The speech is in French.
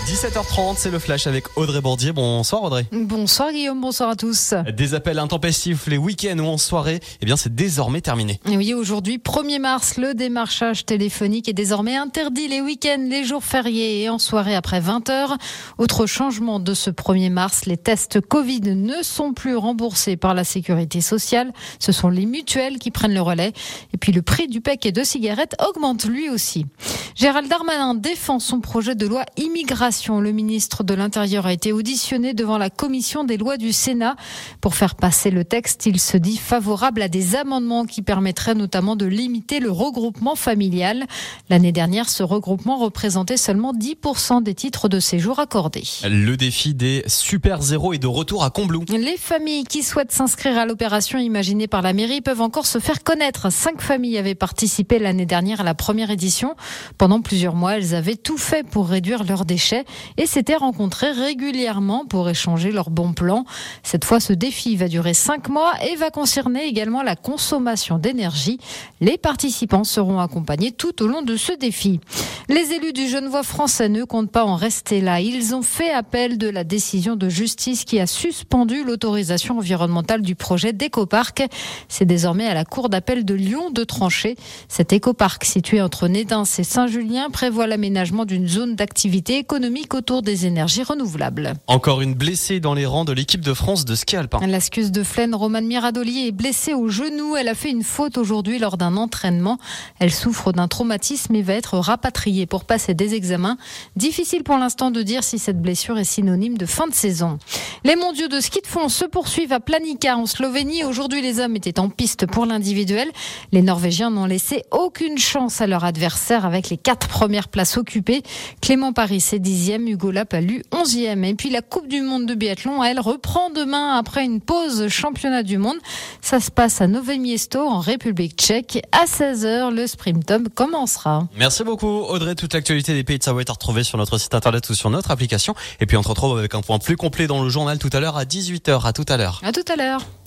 17h30, c'est le flash avec Audrey Bordier. Bonsoir Audrey. Bonsoir Guillaume, bonsoir à tous. Des appels intempestifs les week-ends ou en soirée, c'est désormais terminé. Et oui, aujourd'hui, 1er mars, le démarchage téléphonique est désormais interdit les week-ends, les jours fériés et en soirée après 20h. Autre changement de ce 1er mars, les tests Covid ne sont plus remboursés par la sécurité sociale. Ce sont les mutuelles qui prennent le relais. Et puis le prix du paquet de cigarettes augmente lui aussi. Gérald Darmanin défend son projet de loi immigration. Le ministre de l'Intérieur a été auditionné devant la commission des lois du Sénat. Pour faire passer le texte, il se dit favorable à des amendements qui permettraient notamment de limiter le regroupement familial. L'année dernière, ce regroupement représentait seulement 10% des titres de séjour accordés. Le défi des super zéros est de retour à Combloux. Les familles qui souhaitent s'inscrire à l'opération imaginée par la mairie peuvent encore se faire connaître. 5 familles avaient participé l'année dernière à la première édition. Pendant plusieurs mois, elles avaient tout fait pour réduire leurs déchets et s'étaient rencontrées régulièrement pour échanger leurs bons plans. Cette fois, ce défi va durer 5 mois et va concerner également la consommation d'énergie. Les participants seront accompagnés tout au long de ce défi. Les élus du Genevois français ne comptent pas en rester là. Ils ont fait appel de la décision de justice qui a suspendu l'autorisation environnementale du projet d'écoparc. C'est désormais à la cour d'appel de Lyon de trancher. Cet écoparc situé entre Nédins et Saint-Julien prévoit l'aménagement d'une zone d'activité économique autour des énergies renouvelables. Encore une blessée dans les rangs de l'équipe de France de ski alpin. La skieuse de Flaine, Romane Miradolier, est blessée au genou. Elle a fait une faute aujourd'hui lors d'un entraînement. Elle souffre d'un traumatisme et va être rapatriée pour passer des examens. Difficile pour l'instant de dire si cette blessure est synonyme de fin de saison. Les mondiaux de ski de fond se poursuivent à Planica en Slovénie. Aujourd'hui, les hommes étaient en piste pour l'individuel. Les Norvégiens n'ont laissé aucune chance à leur adversaire avec les 4 premières places occupées. Clément Paris est 10e, Hugo Lapalus 11e. Et puis la Coupe du Monde de biathlon, elle reprend demain après une pause championnat du monde. Ça se passe à Nové Město en République tchèque. À 16h, le sprint commencera. Merci beaucoup Audrey. Toute l'actualité des Pays de Savoie est à retrouver sur notre site internet ou sur notre application. Et puis on se retrouve avec un point plus complet dans le journal tout à l'heure à 18h. À tout à l'heure. À tout à l'heure.